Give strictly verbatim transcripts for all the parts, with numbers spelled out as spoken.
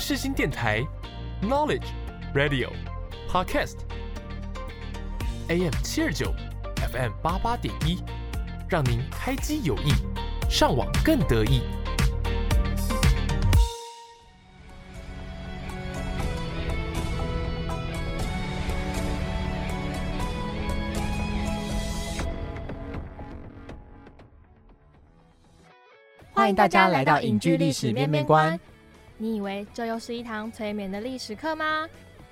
世新电台 Knowledge Radio Podcast A M 七二九 F M 八八点一，让您开机有益，上网更得意。 欢迎大家来到影剧历史面面观。 你以为这又是一堂催眠的历史课吗？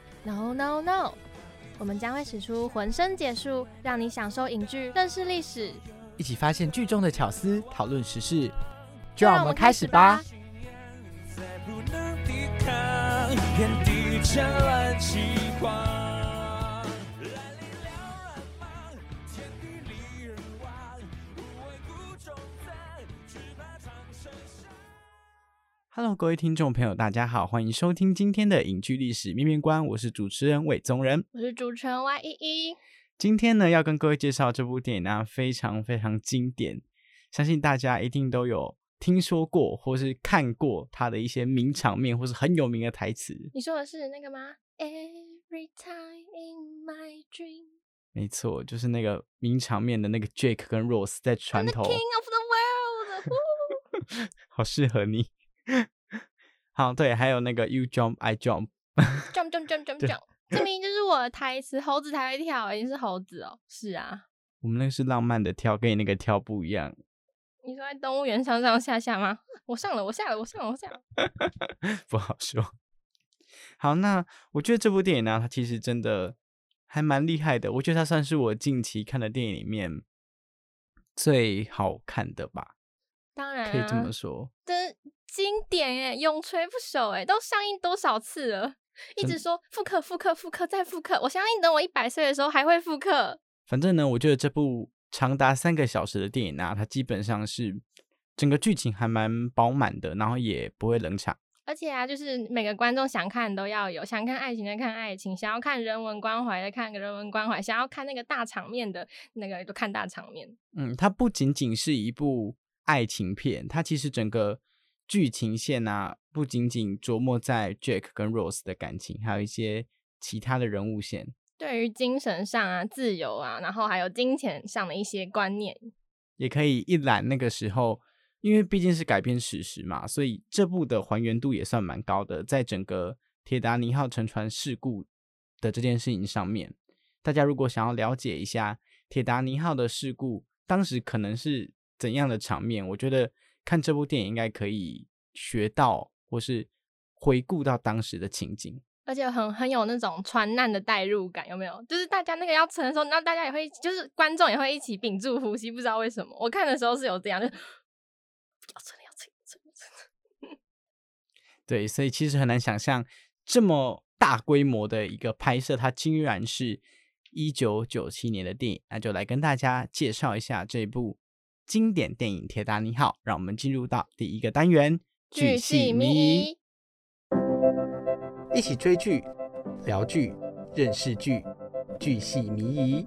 No No No， 我们将会使出浑身解数，让你享受影剧，认识历史， 一起发现剧中的巧思，讨论时事。就让我们开始吧。Hello， 各位听众朋友，大家好，欢迎收听今天的影剧历史面面观，我是主持人韦宗仁， 我是主持人 Y 一一。 今天呢，要跟各位介绍这部电影呢，非常非常经典，相信大家一定都有听说过或是看过它的一些名场面或是很有名的台词。 你说的是那个吗？ Every time in my dream， 没错，就是那个名场面的那个 Jake 跟 Rose 在船头 I'm the king of the world 好适合你。好，对，还有那个 You jump I jump jump jump jump jump jump， 这明明就是我的台词，猴子才会跳，你是猴子哦。是啊， 我们那个是浪漫的跳，跟你那个跳不一样。 你说在动物园上上下下吗？我上了，我下了，我上了，我下了。 不好说。好，那我觉得这部电影呢，它其实真的还蛮厉害的。我觉得它算是我近期看的电影里面最好看的吧。 当然、啊、 可以这么说， 这经典耶，永垂不朽耶，都上映多少次了，一直说复刻复刻复刻再复刻，我相信等我一百岁的时候还会复刻。 反正呢，我觉得这部长达三个小时的电影啊，它基本上是整个剧情还蛮饱满的，然后也不会冷场。 而且啊，就是每个观众想看都要有，想看爱情的看爱情，想要看人文关怀的看人文关怀，想要看那个大场面的那个就看大场面。 嗯，它不仅仅是一部爱情片，它其实整个剧情线啊，不仅仅琢磨在 Jake 跟 Rose 的感情，还有一些其他的人物线， 对于精神上啊、自由啊，然后还有金钱上的一些观念， 也可以一览那个时候，因为毕竟是改编史实嘛，所以这部的还原度也算蛮高的，在整个铁达尼号沉船事故的这件事情上面，大家如果想要了解一下铁达尼号的事故当时可能是怎样的场面，我觉得看这部电影应该可以学到或是回顾到当时的情景， 而且很很有那种船难的代入感，有没有？就是大家那个要沉的时候，那大家也会，就是观众也会一起屏住呼吸，不知道为什么。我看的时候是有这样，就要沉了，要沉，沉，沉。 对，所以其实很难想象这么大规模的一个拍摄，它竟然是一九九七年的电影。那就来跟大家介绍一下这部经典电影《铁达尼号》，让我们进入到第一个单元剧系迷疑， 一起追剧、聊剧、认识剧，剧系迷疑。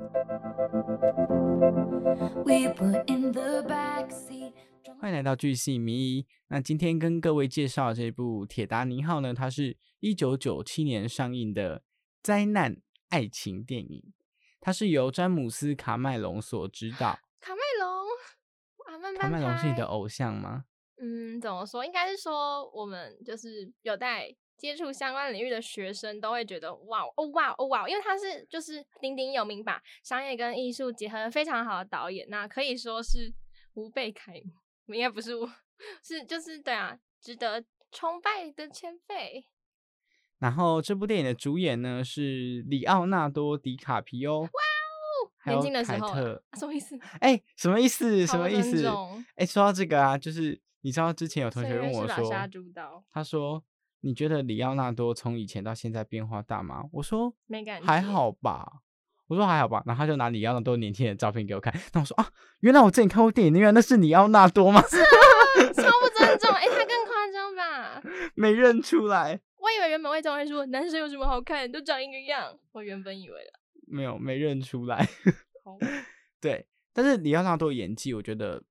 欢迎来到剧系迷疑。那今天跟各位介绍这部《铁达尼号》呢，它是一九九七年上映的灾难爱情电影，它是由詹姆斯·卡麦隆所执导。 卡麦隆，啊，慢慢卡麦隆是你的偶像吗？ 嗯，怎么说？应该是说我们就是有在接触相关领域的学生都会觉得哇哦哇哦哇，因为他是就是鼎鼎有名，把商业跟艺术结合得非常好的导演，那可以说是无辈楷模，应该不是是就是对啊，值得崇拜的前辈。 然后这部电影的主演呢是里奥纳多·迪卡皮欧。哇哦，年轻的时候、啊、什么意思？ 哎、欸，什么意思？什么意思？哎、欸，说到这个啊，就是你知道之前有同学问我说，他说你觉得里奥纳多从以前到现在变化大吗？我说没感觉， 还好吧。我说还好吧，然后他就拿里奥纳多年轻的照片给我看，那我说啊，原来我之前看过电影，原来那是里奥纳多吗？ 是啊，超不尊重，哎、欸，他更夸张吧？ 没认出来。 我以为原本会这样说，男生有什么好看，都长一个样。我原本以为了， 没有，没认出来。对，但是里奥纳多的演技，我觉得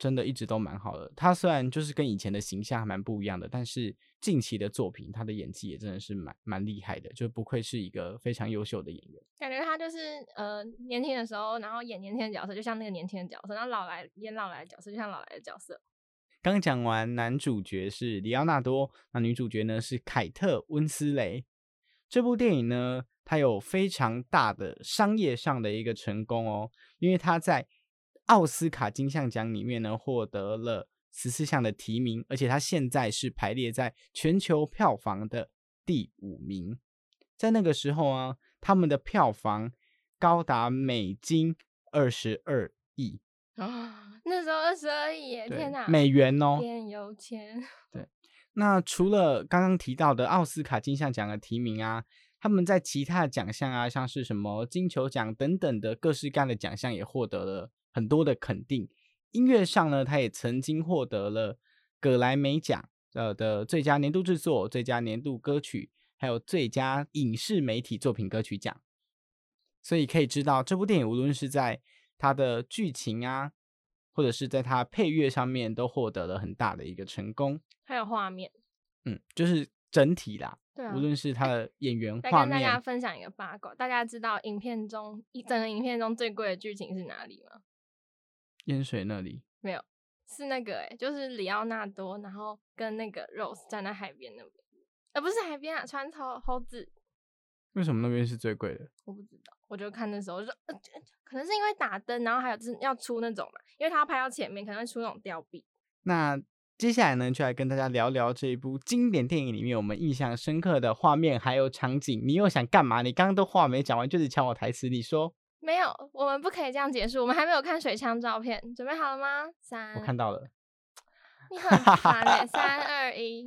真的一直都蛮好的。他虽然就是跟以前的形象还蛮不一样的，但是近期的作品他的演技也真的是蛮蛮厉害的，就不愧是一个非常优秀的演员。 感觉他就是呃年轻的时候，然后演年轻的角色，就像那个年轻的角色，然后老来演老来的角色，就像老来的角色。 刚讲完男主角是里奥纳多，那女主角呢是凯特温斯雷。这部电影呢，它有非常大的商业上的一个成功哦，因为它在奥斯卡金像奖里面呢获得了十四项的提名，而且它现在是排列在全球票房的第五名。在那个时候啊，他们的票房高达美金二十二亿。 哦，那时候二十二亿耶！天哪， 美元哦， 变有钱。 对，那除了刚刚提到的奥斯卡金像奖的提名啊，他们在其他的奖项啊，像是什么金球奖等等的各式各样的奖项也获得了很多的肯定。音乐上呢，他也曾经获得了葛莱美奖呃的最佳年度制作、最佳年度歌曲，还有最佳影视媒体作品歌曲奖。所以可以知道，这部电影无论是在它的剧情啊，或者是在它配乐上面，都获得了很大的一个成功。 还有画面， 嗯，就是整体啦， 对啊， 无论是它的演员、 来画跟大家面。 分享一个八卦，大家知道影片中一整个影片中最贵的剧情是哪里吗？ 烟水那里没有，是那个哎、欸，就是里奥纳多，然后跟那个 Rose 站在海边那边，呃，不是海边啊，船头猴子。 为什么那边是最贵的？ 我不知道，我就看那时候我就说、呃，可能是因为打灯，然后还有就是要出那种嘛，因为他要拍到前面，可能会出那种吊臂。 那接下来呢，就来跟大家聊聊这一部经典电影里面我们印象深刻的画面还有场景。你又想干嘛？你刚刚都话没讲完，就只抢我台词，你说？ 没有，我们不可以这样结束，我们还没有看水枪照片，准备好了吗？三， 我看到了。 你很烦欸，三二一。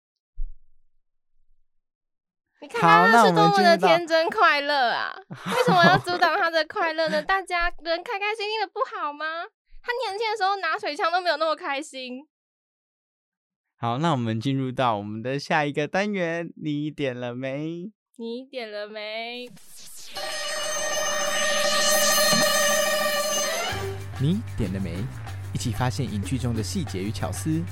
你看他是多么的天真快乐啊！为什么要阻挡他的快乐呢？大家人开开心心的不好吗？他年轻的时候拿水枪都没有那么开心。 好，那我们进入到我们的下一个单元，你点了没？ 你点了没？ 你点了没？一起发现影剧中的细节与巧思。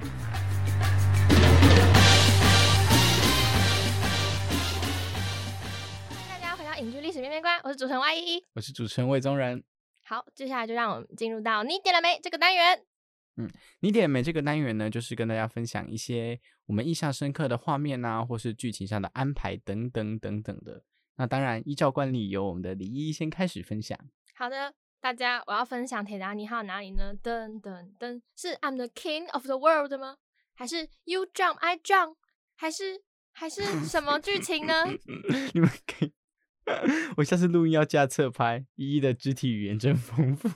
影剧历史面面观，我是主持人 Y 一一， 我是主持人魏宗仁。 好，接下来就让我们进入到你点了没这个单元。 嗯，你点了没这个单元呢，就是跟大家分享一些我们印象深刻的画面啊，或是剧情上的安排等等等等的。那当然，依照惯例，由我们的李一先开始分享。 好的，大家，我要分享铁达尼号哪里呢？噔噔噔，是 I'm the king of the world 吗？还是 You jump I jump？ 还是还是什么剧情呢？ 你们可以。我下次录音要加侧拍，依依的肢体语言真丰富，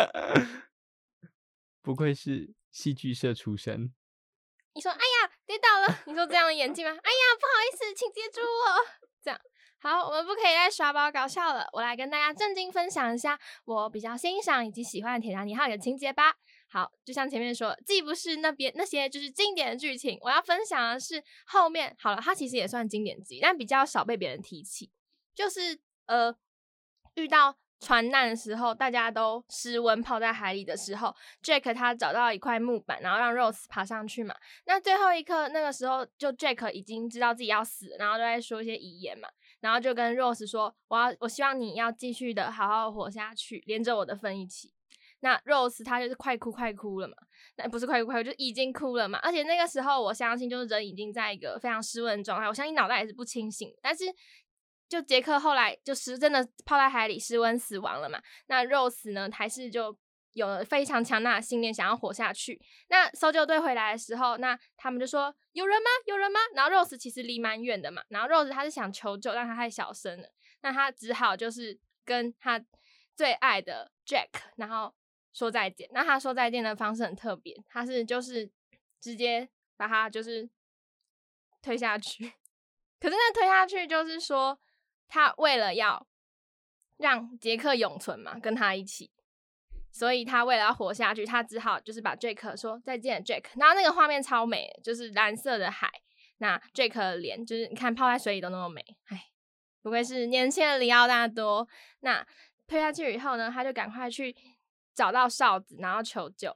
不愧是戏剧社出身。 你说，哎呀，跌倒了，你说这样的演技吗？哎呀，不好意思，请接住我。这样，好，我们不可以再耍宝搞笑了。我来跟大家正经分享一下我比较欣赏以及喜欢的铁达尼号的情节吧。好，就像前面说，既不是那边那些就是经典的剧情，我要分享的是后面。好了，它其实也算经典之一，但比较少被别人提起。就是呃，遇到船难的时候，大家都失温泡在海里的时候 ，Jack 他找到一块木板，然后让 Rose 爬上去嘛。那最后一刻，那个时候就 Jack 已经知道自己要死了，然后就在说一些遗言嘛，然后就跟 Rose 说：“我要，我希望你要继续的好好活下去，连着我的份一起。”那 Rose 她就是快哭快哭了嘛，那不是快哭快哭，就已经哭了嘛。而且那个时候，我相信就是人已经在一个非常失温的状态，我相信脑袋也是不清醒，但是。就杰克后来就是真的泡在海里失温死亡了嘛，那 Rose 呢还是就有了非常强大的信念想要活下去。那搜救队回来的时候，那他们就说有人吗有人吗，然后 Rose 其实离蛮远的嘛，然后 Rose 他是想求救，但他太小声了，那他只好就是跟他最爱的 Jack 然后说再见。那他说再见的方式很特别，他是就是直接把他就是推下去，可是那推下去就是说他为了要让杰克永存嘛，跟他一起，所以他为了要活下去，他只好就是把 Jack 说再见 Jack， 然后那个画面超美，就是蓝色的海，那 Jack 的脸就是你看泡在水里都那么美，唉，不愧是年轻的里奥纳多。那推下去以后呢，他就赶快去找到哨子，然后求救，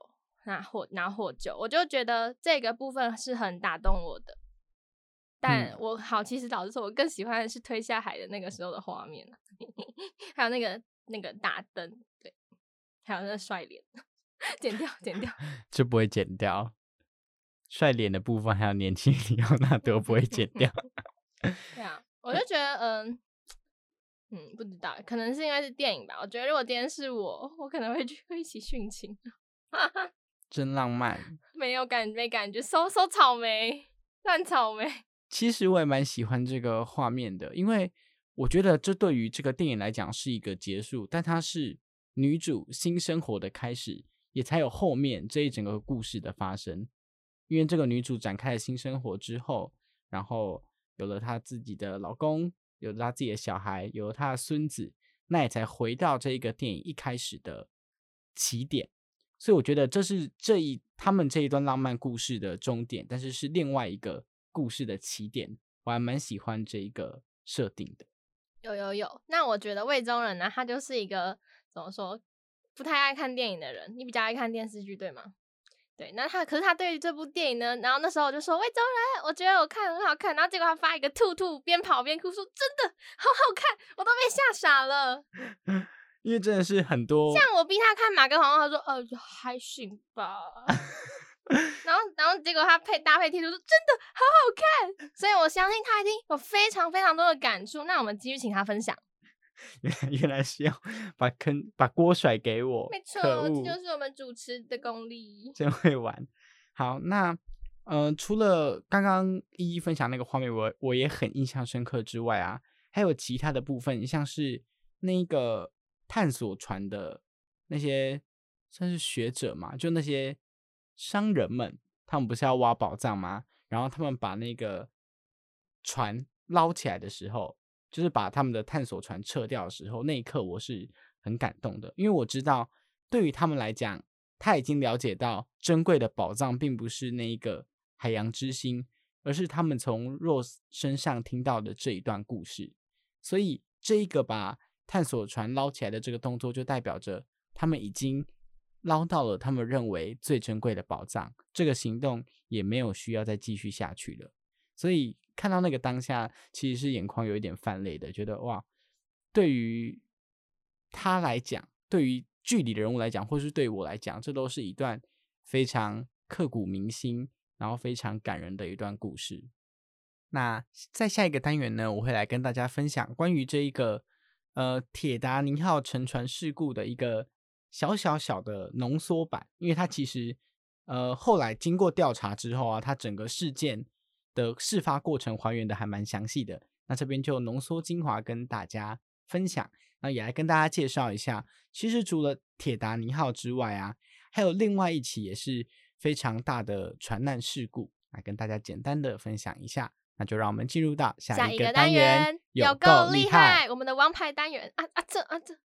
拿获拿获救，我就觉得这个部分是很打动我的。但我好，其实老实说，我更喜欢的是推下海的那个时候的画面，还有那个那个大灯，对，还有那个帅脸，剪掉剪掉， 这不会剪掉。帅脸的部分还有年轻里奥纳多不会剪掉。 对啊，我就觉得，嗯嗯，不知道，可能是因为是电影吧。我觉得如果今天是我，我可能会去会一起殉情。 真浪漫， 没有感没感觉，收收草莓，烂草莓。 其实我也蛮喜欢这个画面的，因为我觉得这对于这个电影来讲是一个结束，但它是女主新生活的开始，也才有后面这一整个故事的发生。因为这个女主展开了新生活之后，然后有了她自己的老公，有了她自己的小孩，有了她的孙子，那也才回到这一个电影一开始的起点。所以我觉得这是这一他们这一段浪漫故事的终点，但是是另外一个故事的起点。我还蛮喜欢这一个设定的。 有有有，那我觉得魏中人呢，他就是一个怎么说，不太爱看电影的人。你比较爱看电视剧，对吗？对，那他可是他对于这部电影呢，然后那时候我就说魏中人，我觉得我看很好看，然后结果他发一个兔兔边跑边哭，说真的好好看，我都被吓傻了。 因为真的是很多， 像我逼他看马跟皇后，他说呃还行吧。然后然后结果他配搭配贴图说真的好好看，所以我相信他一定有非常非常多的感触。那我们继续请他分享。 原来是要把坑把锅甩给我， 没错， 可恶， 这就是我们主持的功力， 真会玩。好，那呃，除了刚刚一一分享那个画面，我我也很印象深刻之外啊，还有其他的部分，像是那个探索船的那些算是学者嘛，就那些商人们，他们不是要挖宝藏吗？然后他们把那个船捞起来的时候，就是把他们的探索船撤掉的时候，那一刻我是很感动的，因为我知道对于他们来讲，他已经了解到珍贵的宝藏并不是那一个海洋之心，而是他们从 Rose 身上听到的这一段故事。所以这一个把探索船捞起来的这个动作，就代表着他们已经捞到了他们认为最珍贵的宝藏，这个行动也没有需要再继续下去了。所以看到那个当下，其实是眼眶有一点泛泪的，觉得哇，对于他来讲，对于剧里的人物来讲，或是对于我来讲，这都是一段非常刻骨铭心，然后非常感人的一段故事。那在下一个单元呢，我会来跟大家分享关于这一个呃铁达尼号沉船事故的一个小小小的浓缩版，因为它其实呃后来经过调查之后啊，它整个事件的事发过程还原的还蛮详细的。那这边就浓缩精华跟大家分享，那也来跟大家介绍一下，其实除了铁达尼号之外啊，还有另外一起也是非常大的船难事故，来跟大家简单的分享一下。那就让我们进入到下一个单元， 有够厉害，我们的王牌单元啊啊这啊这，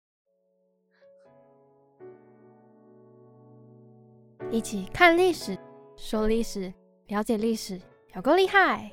一起看历史，说历史，了解历史，有够厉害。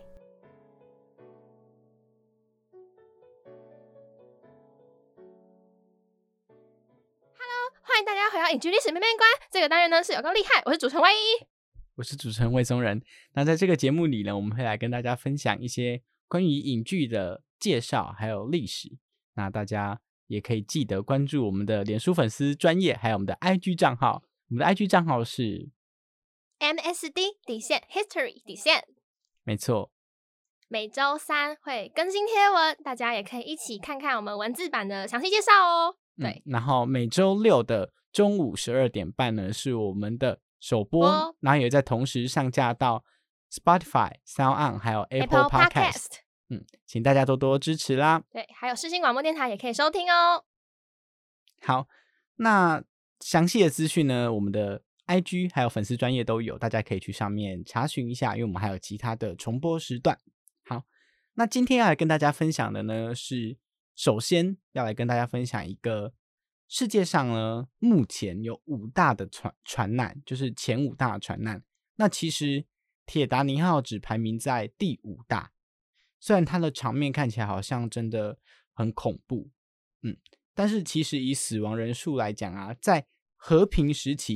欢迎大家回到影剧历史面面观，这个单元呢是有够厉害，我是主持人Y一， 我是主持人魏松仁。那在这个节目里呢，我们会来跟大家分享一些关于影剧的介绍，还有历史。那大家也可以记得关注我们的脸书粉丝专页，还有我们的 I G 账号。我们的 I G 账号是 M S D 底线 History 底线， 没错。 每周三会更新贴文，大家也可以一起看看我们文字版的详细介绍哦。对、 嗯，然后每周六的中午十二点半呢是我们的首播， 播然后也在同时上架到 Spotify、SoundOn 还有 Apple Apple Podcast。 Podcast， 嗯，请大家多多支持啦。 对，还有世新广播电台也可以收听哦。 好，那详细的资讯呢，我们的 I G 还有粉丝专页都有，大家可以去上面查询一下，因为我们还有其他的重播时段。好，那今天要来跟大家分享的呢是，首先要来跟大家分享一个世界上呢目前有五大的船船难，就是前五大的船难。那其实铁达尼号只排名在第五大，虽然它的场面看起来好像真的很恐怖，嗯，但是其实以死亡人数来讲啊，在和平时期，因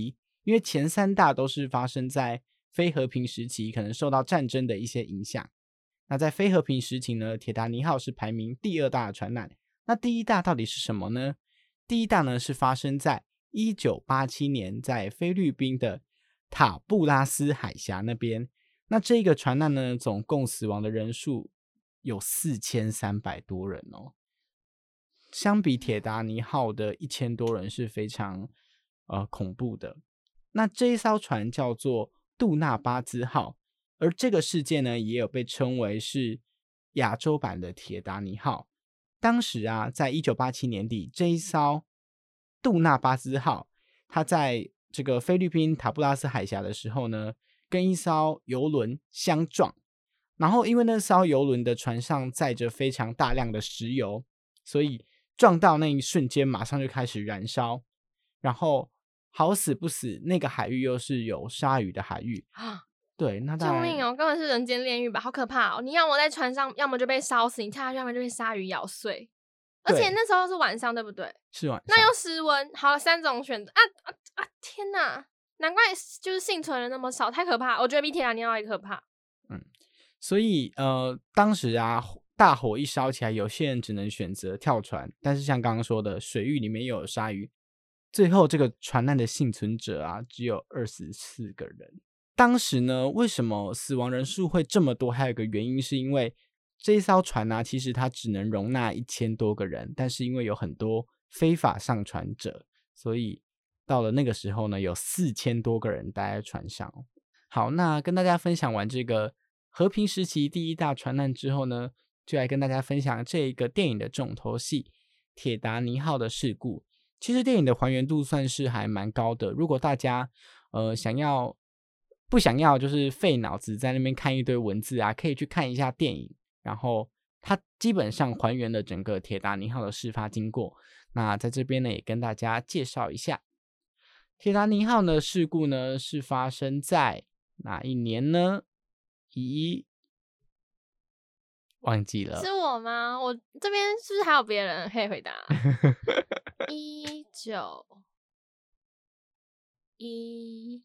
因为前三大都是发生在非和平时期，可能受到战争的一些影响。那在非和平时期呢，铁达尼号是排名第二大的船难。那第一大到底是什么呢？第一大呢是发生在一九八七年，在菲律宾的塔布拉斯海峡那边。那这个船难呢，总共死亡的人数有四千三百多人哦。相比铁达尼号的一千多人是非常呃恐怖的。那这一艘船叫做杜纳巴兹号，而这个事件呢，也有被称为是亚洲版的铁达尼号。当时啊，在一九八七年底，这一艘杜纳巴兹号，它在这个菲律宾塔布拉斯海峡的时候呢，跟一艘游轮相撞。然后因为那艘游轮的船上载着非常大量的石油，所以撞到那一瞬间马上就开始燃烧。然后好死不死，那个海域又是有鲨鱼的海域啊！对，那救命哦，根本是人间炼狱吧，好可怕哦！你要么在船上，要么就被烧死，你跳下去，要么就被鲨鱼咬碎。而且那时候是晚上，对不对？ 是晚上。 那又失温，好了，三种选择啊啊啊！天哪，难怪就是幸存人那么少，太可怕！我觉得比铁达尼号还可怕。 嗯，所以呃，当时啊，大火一烧起来，有些人只能选择跳船，但是像刚刚说的，水域里面又有鲨鱼。最后这个船难的幸存者啊，只有二十四个人。当时呢，为什么死亡人数会这么多？还有一个原因是因为这一艘船啊，其实它只能容纳一千多个人，但是因为有很多非法上船者，所以到了那个时候呢，有四千多个人待在船上。好，那跟大家分享完这个和平时期第一大船难之后呢，就来跟大家分享这一个电影的重头戏——铁达尼号的事故。其实电影的还原度算是还蛮高的，如果大家呃想要不想要就是费脑子在那边看一堆文字啊，可以去看一下电影，然后它基本上还原了整个铁达尼号的事发经过。那在这边呢，也跟大家介绍一下铁达尼号的事故呢，是发生在哪一年呢？咦，忘记了。 是我吗？我这边是不是还有别人可以回答？一九一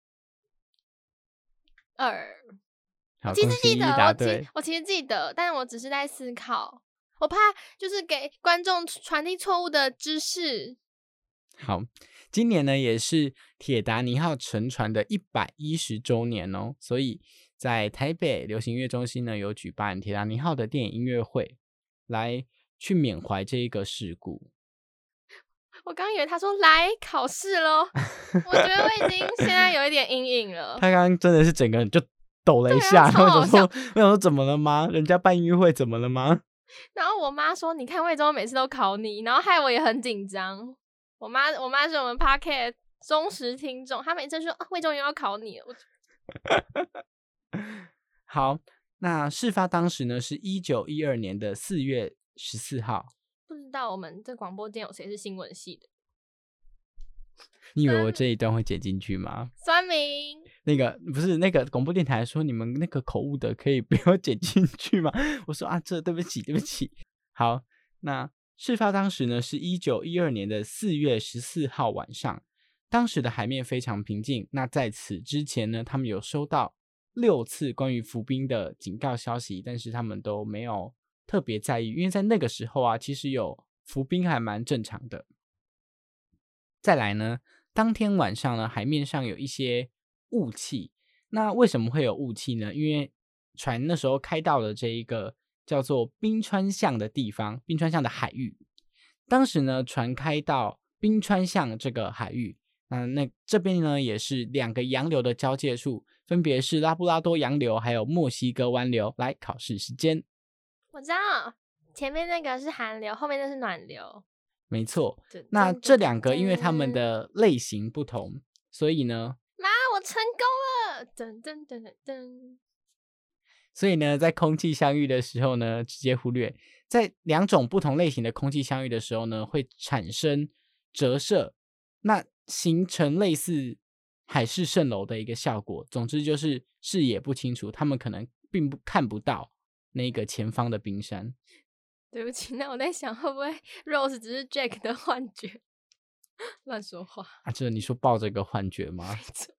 二，我其实记得，我其我其实记得，但是我只是在思考，我怕就是给观众传递错误的知识。 好，今年呢也是铁达尼号沉船的一百一十周年哦，所以在台北流行音乐中心呢有举办铁达尼号的电影音乐会，来去缅怀这一个事故。 我刚以为他说来考试咯，我觉得我已经现在有一点阴影了。 他刚刚真的是整个人就抖了一下，然后我想说，我想说怎么了吗？人家办音乐会怎么了吗？ 然后我妈说：“你看魏忠每次都考你，然后害我也很紧张。”我妈，我妈是我们 Podcast 忠实听众，她每次说：“啊，魏忠又要考你了。” 好，那事发当时呢是一九一二年的四月十四号。 不知道我们这广播间有谁是新闻系的？ 你以为我这一段会剪进去吗？ 酸民， 那个不是那个广播电台说你们那个口误的可以不要剪进去吗？我说啊，这对不起，对不起。好，那事发当时呢是一九一二年的四月十四号晚上，当时的海面非常平静。那在此之前呢，他们有收到六次关于浮冰的警告消息，但是他们都没有特别在意，因为在那个时候啊，其实有浮冰还蛮正常的。再来呢，当天晚上呢，海面上有一些雾气。那为什么会有雾气呢？因为船那时候开到了这一个叫做冰川巷的地方，冰川巷的海域。当时呢，船开到冰川巷这个海域，那那这边呢也是两个洋流的交界处，分别是拉布拉多洋流还有墨西哥湾流。来，考试时间。 我知道前面那个是寒流，后面那是暖流。 没错，那这两个因为它们的类型不同，所以呢， 妈，我成功了！噔噔噔噔噔。 所以呢，在空气相遇的时候呢，直接忽略。在两种不同类型的空气相遇的时候呢，会产生折射，那形成类似海市蜃楼的一个效果。总之就是视野不清楚，他们可能并不看不到那个前方的冰山。 对不起，那我在想会不会 Rose 只是 Jack 的幻觉？ 乱说话啊，这你说抱着一个幻觉吗？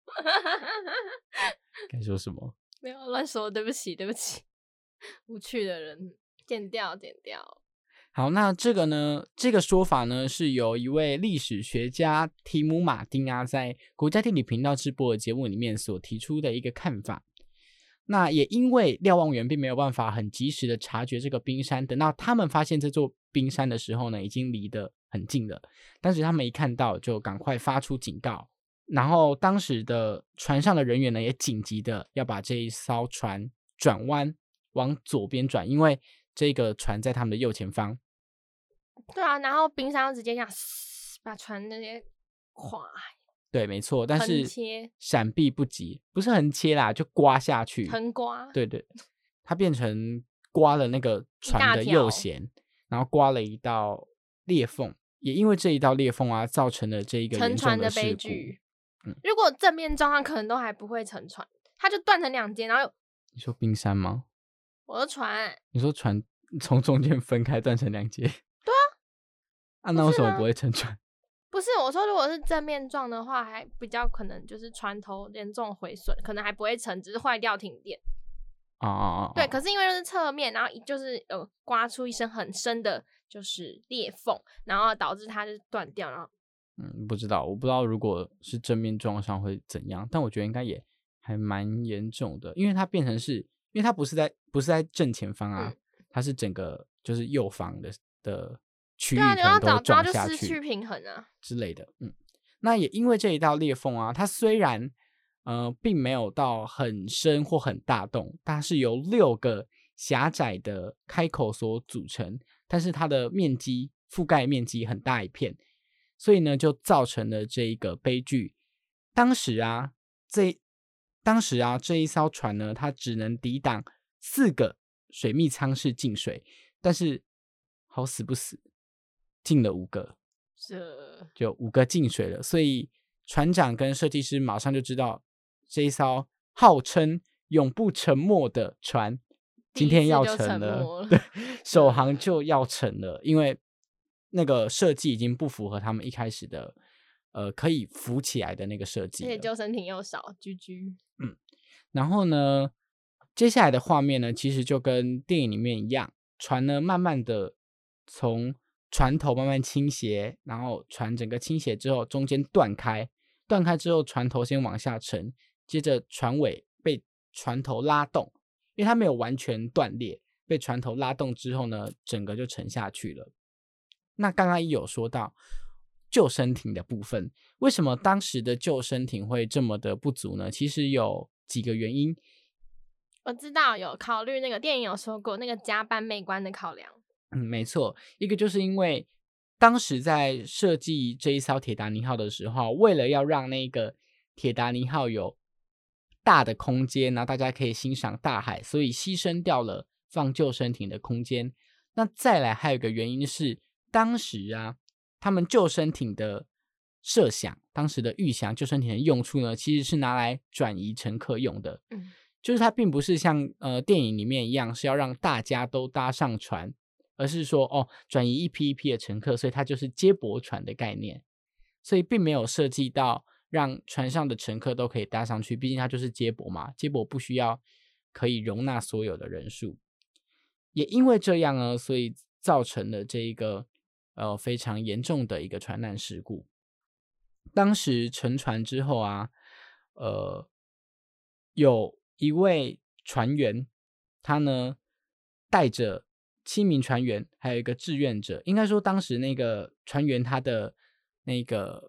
该说什么？ 没有乱说，对不起，对不起，无趣的人，剪掉，剪掉。 好，那这个呢？这个说法呢，是由一位历史学家提姆·马丁啊，在国家地理频道直播的节目里面所提出的一个看法。那也因为瞭望员并没有办法很及时的察觉这个冰山，等到他们发现这座冰山的时候呢，已经离得很近了。但是他们一看到，就赶快发出警告。然后当时的船上的人员呢，也紧急的要把这一艘船转弯往左边转，因为这个船在他们的右前方。 对啊，然后冰山直接这样把船那些垮。 对，没错，但是横切闪避不及，不是横切啦，就刮下去， 横刮。 对对，它变成刮了那个船的右舷，然后刮了一道裂缝，也因为这一道裂缝啊，造成了这一个严重的悲剧。 嗯，如果正面撞上，可能都还不会沉船，它就断成两截，然后有你说冰山吗？ 我的船， 你说船从中间分开断成两截？ 对啊， 啊，那为什么不会沉船？ 不是，我说如果是正面撞的话，还比较可能就是船头严重毁损，可能还不会沉，只是坏掉停电。 哦哦哦， 对，可是因为就是侧面，然后就是有刮出一声很深的，就是裂缝，然后导致它就断掉，然后嗯，不知道，我不知道如果是正面撞上会怎样，但我觉得应该也还蛮严重的，因为它变成是，因为它不是在不是在正前方啊，嗯、它是整个就是右方的的区域可能都会撞下去， 就失去平衡啊之类的。嗯，那也因为这一道裂缝啊，它虽然呃并没有到很深或很大洞，它是由六个狭窄的开口所组成，但是它的面积覆盖面积很大一片。所以呢，就造成了这一个悲剧。当时啊，这当时啊，这一艘船呢，它只能抵挡四个水密舱式进水，但是好死不死，进了五个， 这就五个进水了。所以船长跟设计师马上就知道，这一艘号称永不沉没的船，今天要沉了，对，首航就要沉了，因为那个设计已经不符合他们一开始的，呃，可以浮起来的那个设计了， 而且救生艇又少，居居。 嗯，然后呢，接下来的画面呢，其实就跟电影里面一样，船呢慢慢的从船头慢慢倾斜，然后船整个倾斜之后，中间断开，断开之后，船头先往下沉，接着船尾被船头拉动，因为它没有完全断裂，被船头拉动之后呢，整个就沉下去了。那刚刚也有说到救生艇的部分，为什么当时的救生艇会这么的不足呢？其实有几个原因。 我知道有考虑，那个电影有说过那个甲板美观的考量。 嗯，没错，一个就是因为当时在设计这一艘铁达尼号的时候，为了要让那个铁达尼号有大的空间，然后大家可以欣赏大海，所以牺牲掉了放救生艇的空间。那再来还有一个原因是，当时啊，他们救生艇的设想，当时的预想救生艇的用处呢，其实是拿来转移乘客用的。 嗯， 就是它并不是像呃电影里面一样是要让大家都搭上船，而是说哦转移一批一批的乘客，所以它就是接驳船的概念，所以并没有设计到让船上的乘客都可以搭上去，毕竟它就是接驳嘛，接驳不需要可以容纳所有的人数。也因为这样呢，所以造成了这一个呃非常严重的一个船难事故。当时沉船之后啊，呃，有一位船员，他呢带着七名船员，还有一个志愿者。应该说，当时那个船员他的那个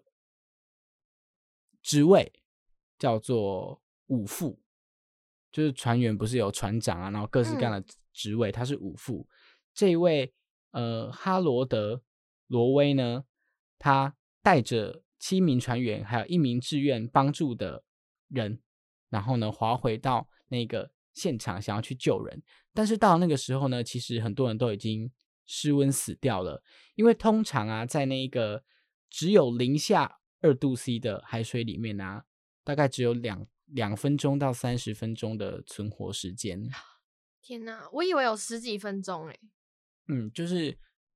职位叫做五副，就是船员不是有船长啊，然后各式各样的职位，嗯、他是五副。这一位呃哈罗德·罗威呢，他带着七名船员，还有一名志愿帮助的人，然后呢划回到那个现场，想要去救人。但是到那个时候呢，其实很多人都已经失温死掉了，因为通常啊，在那个只有零下二度 C 的海水里面啊，大概只有两两分钟到三十分钟的存活时间。 天哪，我以为有十几分钟诶。 嗯，就是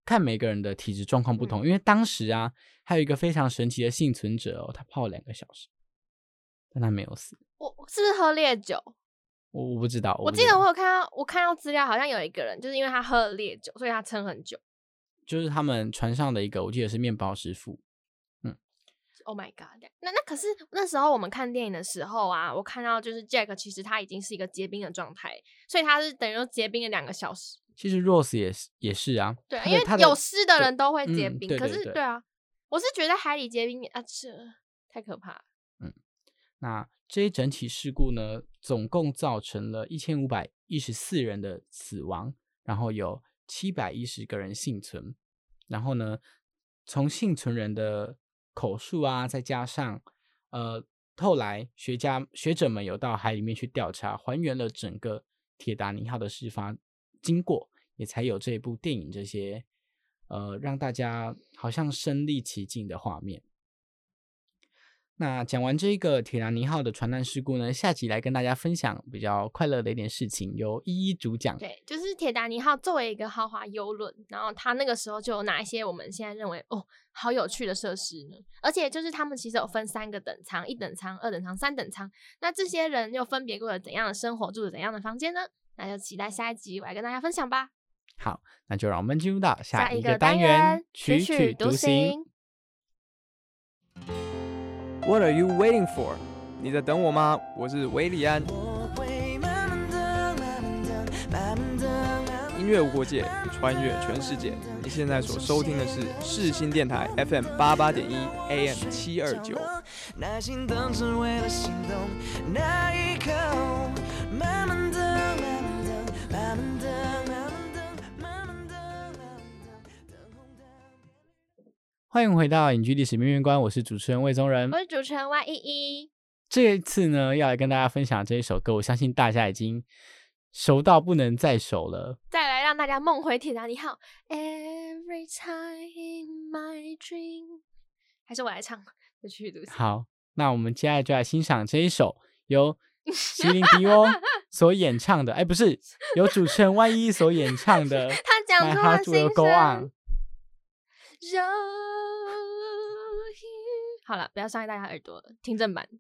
看每个人的体质状况不同，嗯、因为当时啊，还有一个非常神奇的幸存者哦，他泡了两个小时，但他没有死。 我是不是喝烈酒？ 我我不知道， 我记得我有看到，我看到资料，好像有一个人就是因为他喝了烈酒，所以他撑很久。 就是他们船上的一个，我记得是面包师傅。嗯 ，Oh my god！ 那那可是那时候我们看电影的时候啊，我看到就是 Jack 其实他已经是一个结冰的状态，所以他是等于说结冰了两个小时。 其实 Rose 也是也是啊， 对，因为有湿的人都会结冰， 嗯、对对对可是对啊，我是觉得海里结冰啊，这太可怕了。 嗯，那这一整起事故呢，总共造成了一千五百一十四人的死亡，然后有七百一十个人幸存，然后呢，从幸存人的口述啊，再加上呃，后来学家学者们有到海里面去调查，还原了整个铁达尼号的事发经过，也才有这一部电影这些呃，让大家好像身临其境的画面。那讲完这个铁达尼号的船难事故呢，下集来跟大家分享比较快乐的一点事情，由一一主讲。 对，就是铁达尼号作为一个豪华邮轮，然后它那个时候就有哪一些我们现在认为哦好有趣的设施呢？而且就是他们其实有分三个等舱，一等舱、二等舱、三等舱。那这些人又分别过了怎样的生活，住了怎样的房间呢？那就期待下一集我来跟大家分享吧。 好，那就让我们进入到下一个单元， 曲曲独行。 What are you waiting for？ 你在等我吗？我是维里安。音乐无国界，穿越全世界。你现在所收听的是世新电台 F M 八八点一 A M 七二九。耐心等只为了心动那一刻，慢慢的，慢慢的，慢慢的，慢慢的，慢慢的，慢慢的。 欢迎回到影剧历史面面观，我是主持人魏宗仁， 我是主持人 Y 一一。 这一次呢，要来跟大家分享这一首歌，我相信大家已经熟到不能再熟了。 再来让大家梦回铁达尼号。Every time in my dream， 还是我来唱，就去读。 好，那我们接下来就来欣赏这一首由席琳迪翁所演唱的，哎，不是，由主持人 Y 一一所演唱的。 他讲出了心声。好了，不要伤害大家耳朵了，听正版。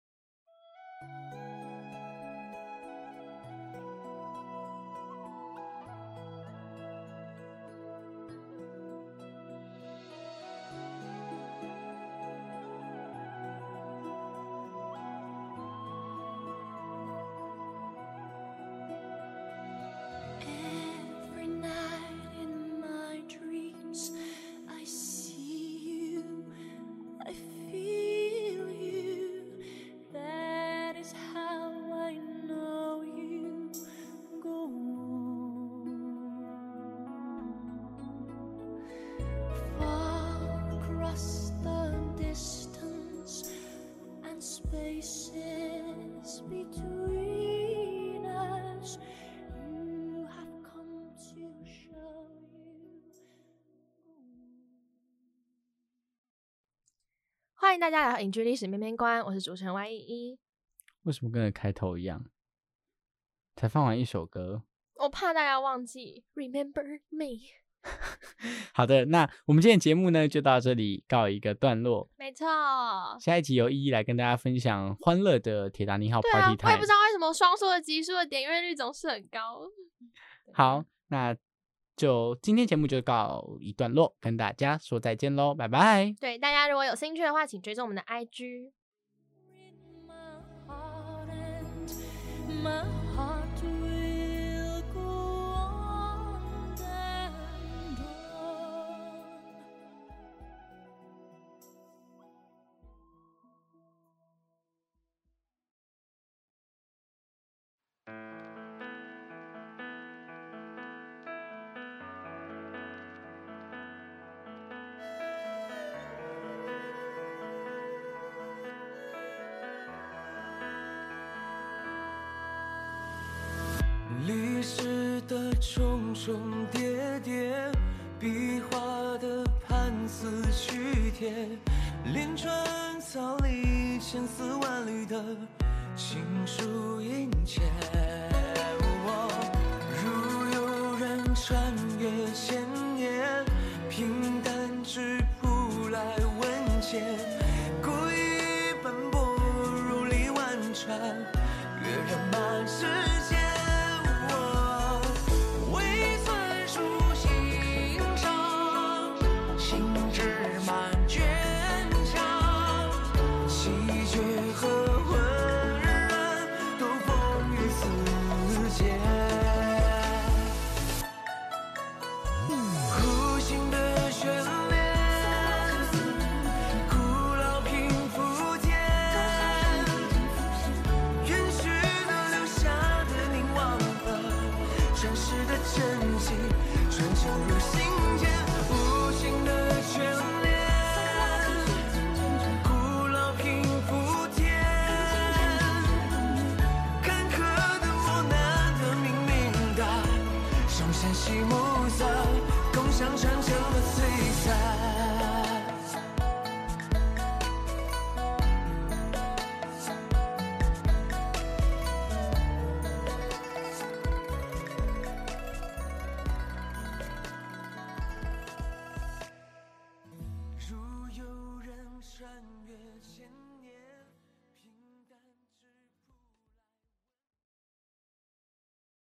欢迎大家来到影剧历史面面观，我是主持人 Y 一一。 为什么跟开头一样？才放完一首歌， 我怕大家忘记 Remember Me。 好的，那我们今天的节目呢，就到这里告一个段落。 没错， 下一集由一一来跟大家分享欢乐的铁达尼号 Party Time。 对啊，我也不知道为什么双数的集数的点阅率总是很高。 好，那就今天节目就告一段落，跟大家说再见咯，拜拜。 对，大家如果有兴趣的话，请追踪我们的 I G。 历史的重重叠叠，壁画的判词曲帖，连川草里千丝万缕的情书殷切。如有人穿越千年， 线，故意奔波如历万川，跃人马之间。我未算数心上，心志满卷长，气绝和浑然都风雨四溅。无形的眷恋，古老平复间，允许的留下的凝望的，真实的真迹，传承入心间。无形的眷恋，古老平复间，坎坷的磨难的冥冥的，上山西暮色，共享传承的璀璨。如有人传